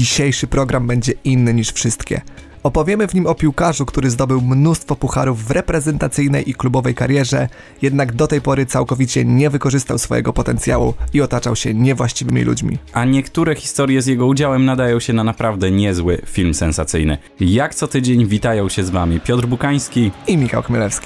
Dzisiejszy program będzie inny niż wszystkie. Opowiemy w nim o piłkarzu, który zdobył mnóstwo pucharów w reprezentacyjnej i klubowej karierze, jednak do tej pory całkowicie nie wykorzystał swojego potencjału i otaczał się niewłaściwymi ludźmi. A niektóre historie z jego udziałem nadają się na naprawdę niezły film sensacyjny. Jak co tydzień witają się z wami Piotr Bukański i Michał Chmielewski.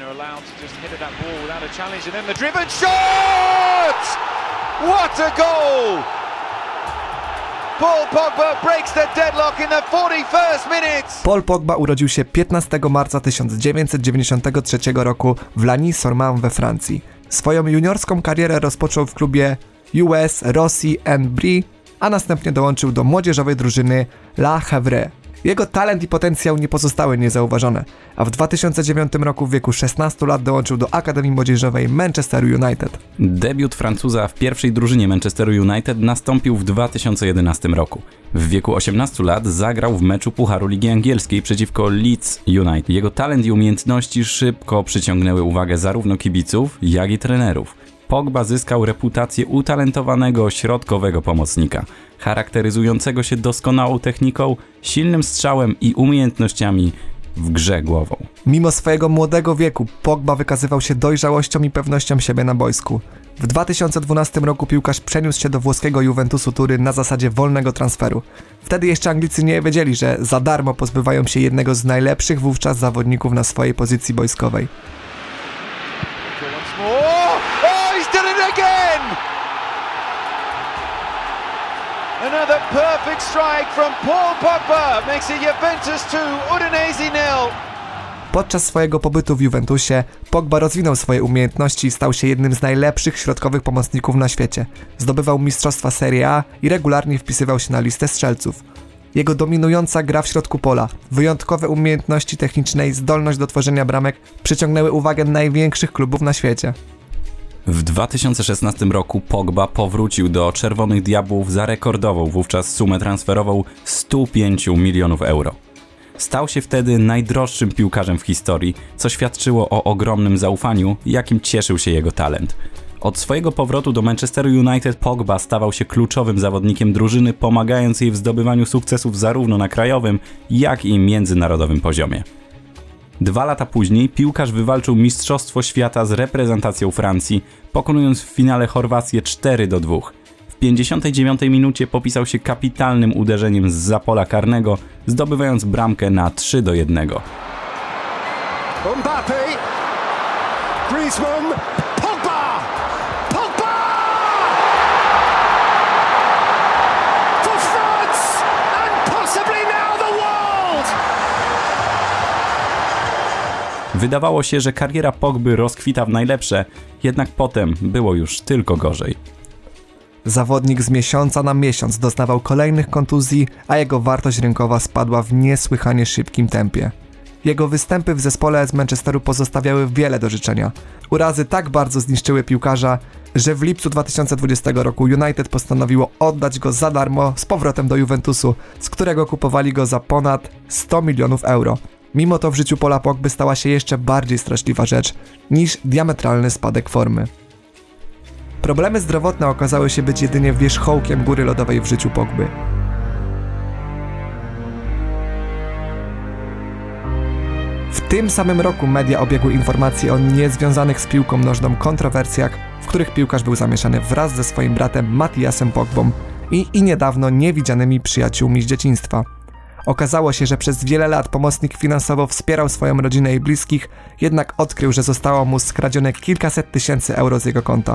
What a goal! Paul Pogba breaks the deadlock in the 41st minute. Paul Pogba urodził się 15 marca 1993 roku w Lagny-sur-Marne we Francji. Swoją juniorską karierę rozpoczął w klubie US Rossi and Brie, a następnie dołączył do młodzieżowej drużyny La Havre. Jego talent i potencjał nie pozostały niezauważone, a w 2009 roku w wieku 16 lat dołączył do Akademii Młodzieżowej Manchesteru United. Debiut Francuza w pierwszej drużynie Manchesteru United nastąpił w 2011 roku. W wieku 18 lat zagrał w meczu Pucharu Ligi Angielskiej przeciwko Leeds United. Jego talent i umiejętności szybko przyciągnęły uwagę zarówno kibiców, jak i trenerów. Pogba zyskał reputację utalentowanego środkowego pomocnika, charakteryzującego się doskonałą techniką, silnym strzałem i umiejętnościami w grze głową. Mimo swojego młodego wieku Pogba wykazywał się dojrzałością i pewnością siebie na boisku. W 2012 roku piłkarz przeniósł się do włoskiego Juventusu Turyn na zasadzie wolnego transferu. Wtedy jeszcze Anglicy nie wiedzieli, że za darmo pozbywają się jednego z najlepszych wówczas zawodników na swojej pozycji boiskowej. Another perfect strike from Paul Pogba makes it Juventus 2, Udinese 0. Podczas swojego pobytu w Juventusie Pogba rozwinął swoje umiejętności i stał się jednym z najlepszych środkowych pomocników na świecie. Zdobywał mistrzostwa Serie A i regularnie wpisywał się na listę strzelców. Jego dominująca gra w środku pola, wyjątkowe umiejętności techniczne i zdolność do tworzenia bramek przyciągnęły uwagę największych klubów na świecie. W 2016 roku Pogba powrócił do Czerwonych Diabłów za rekordową wówczas sumę transferową 105 milionów euro. Stał się wtedy najdroższym piłkarzem w historii, co świadczyło o ogromnym zaufaniu, jakim cieszył się jego talent. Od swojego powrotu do Manchesteru United Pogba stawał się kluczowym zawodnikiem drużyny, pomagając jej w zdobywaniu sukcesów zarówno na krajowym, jak i międzynarodowym poziomie. 2 lata później piłkarz wywalczył Mistrzostwo Świata z reprezentacją Francji, pokonując w finale Chorwację 4-2. W 59 minucie popisał się kapitalnym uderzeniem zza pola karnego, zdobywając bramkę na 3-1. Mbappé, Griezmann, Pogba! Pogba! For France and possibly now the world! Wydawało się, że kariera Pogby rozkwita w najlepsze, jednak potem było już tylko gorzej. Zawodnik z miesiąca na miesiąc doznawał kolejnych kontuzji, a jego wartość rynkowa spadła w niesłychanie szybkim tempie. Jego występy w zespole z Manchesteru pozostawiały wiele do życzenia. Urazy tak bardzo zniszczyły piłkarza, że w lipcu 2020 roku United postanowiło oddać go za darmo z powrotem do Juventusu, z którego kupowali go za ponad 100 milionów euro. Mimo to w życiu Paula Pogby stała się jeszcze bardziej straszliwa rzecz niż diametralny spadek formy. Problemy zdrowotne okazały się być jedynie wierzchołkiem góry lodowej w życiu Pogby. W tym samym roku media obiegły informacje o niezwiązanych z piłką nożną kontrowersjach, w których piłkarz był zamieszany wraz ze swoim bratem Matthiasem Pogbą i niedawno niewidzianymi przyjaciółmi z dzieciństwa. Okazało się, że przez wiele lat pomocnik finansowo wspierał swoją rodzinę i bliskich, jednak odkrył, że zostało mu skradzione kilkaset tysięcy euro z jego konta.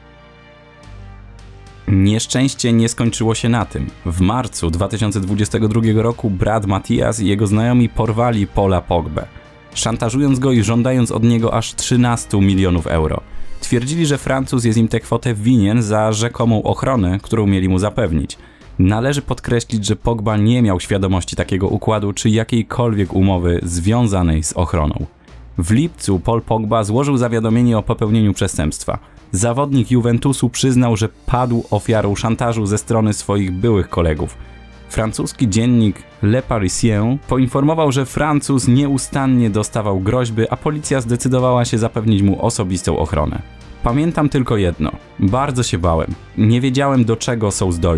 Nieszczęście nie skończyło się na tym. W marcu 2022 roku brat Matthias i jego znajomi porwali Paula Pogbę, szantażując go i żądając od niego aż 13 milionów euro. Twierdzili, że Francuz jest im tę kwotę winien za rzekomą ochronę, którą mieli mu zapewnić. Należy podkreślić, że Pogba nie miał świadomości takiego układu czy jakiejkolwiek umowy związanej z ochroną. W lipcu Paul Pogba złożył zawiadomienie o popełnieniu przestępstwa. Zawodnik Juventusu przyznał, że padł ofiarą szantażu ze strony swoich byłych kolegów. Francuski dziennik Le Parisien poinformował, że Francuz nieustannie dostawał groźby, a policja zdecydowała się zapewnić mu osobistą ochronę. Pamiętam tylko jedno. Bardzo się bałem. Nie wiedziałem, do czego są zdolni.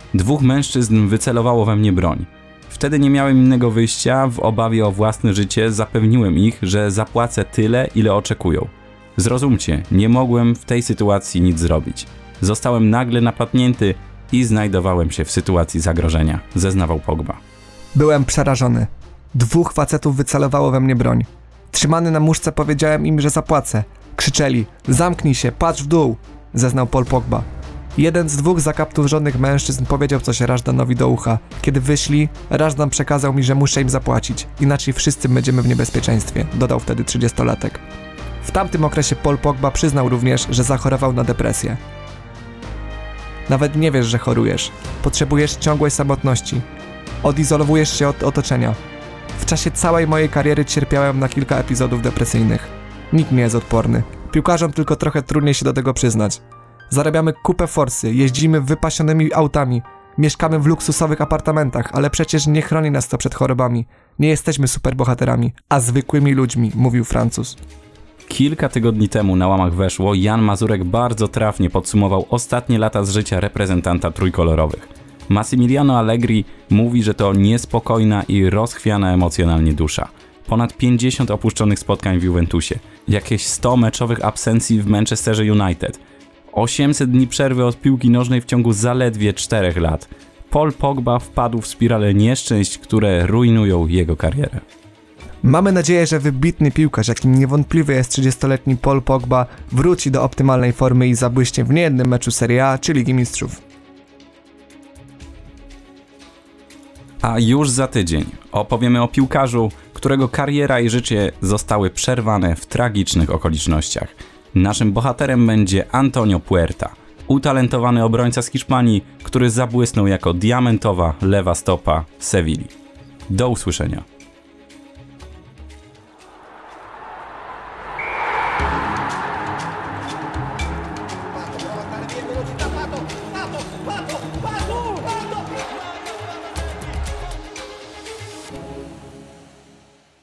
2 mężczyzn wycelowało we mnie broń. Wtedy nie miałem innego wyjścia, w obawie o własne życie zapewniłem ich, że zapłacę tyle, ile oczekują. Zrozumcie, nie mogłem w tej sytuacji nic zrobić. Zostałem nagle napadnięty i znajdowałem się w sytuacji zagrożenia, zeznawał Pogba. Byłem przerażony. 2 facetów wycelowało we mnie broń. Trzymany na muszce powiedziałem im, że zapłacę. Krzyczeli: zamknij się, patrz w dół, zeznał Paul Pogba. Jeden z 2 zakapturzonych mężczyzn powiedział coś Rajdanowi do ucha. Kiedy wyszli, Rajdan przekazał mi, że muszę im zapłacić, inaczej wszyscy będziemy w niebezpieczeństwie, dodał wtedy 30-latek. W tamtym okresie Paul Pogba przyznał również, że zachorował na depresję. Nawet nie wiesz, że chorujesz. Potrzebujesz ciągłej samotności. Odizolowujesz się od otoczenia. W czasie całej mojej kariery cierpiałem na kilka epizodów depresyjnych. Nikt nie jest odporny. Piłkarzom tylko trochę trudniej się do tego przyznać. Zarabiamy kupę forsy, jeździmy wypasionymi autami, mieszkamy w luksusowych apartamentach, ale przecież nie chroni nas to przed chorobami. Nie jesteśmy superbohaterami, a zwykłymi ludźmi, mówił Francuz. Kilka tygodni temu na łamach weszło, Jan Mazurek bardzo trafnie podsumował ostatnie lata z życia reprezentanta trójkolorowych. Massimiliano Allegri mówi, że to niespokojna i rozchwiana emocjonalnie dusza. Ponad 50 opuszczonych spotkań w Juventusie, jakieś 100 meczowych absencji w Manchesterze United, 800 dni przerwy od piłki nożnej w ciągu zaledwie 4 lat. Paul Pogba wpadł w spiralę nieszczęść, które rujnują jego karierę. Mamy nadzieję, że wybitny piłkarz, jakim niewątpliwie jest 30-letni Paul Pogba, wróci do optymalnej formy i zabłyśnie w niejednym meczu Serie A czy Ligi Mistrzów. A już za tydzień opowiemy o piłkarzu, którego kariera i życie zostały przerwane w tragicznych okolicznościach. Naszym bohaterem będzie Antonio Puerta, utalentowany obrońca z Hiszpanii, który zabłysnął jako diamentowa lewa stopa Sewilli. Do usłyszenia.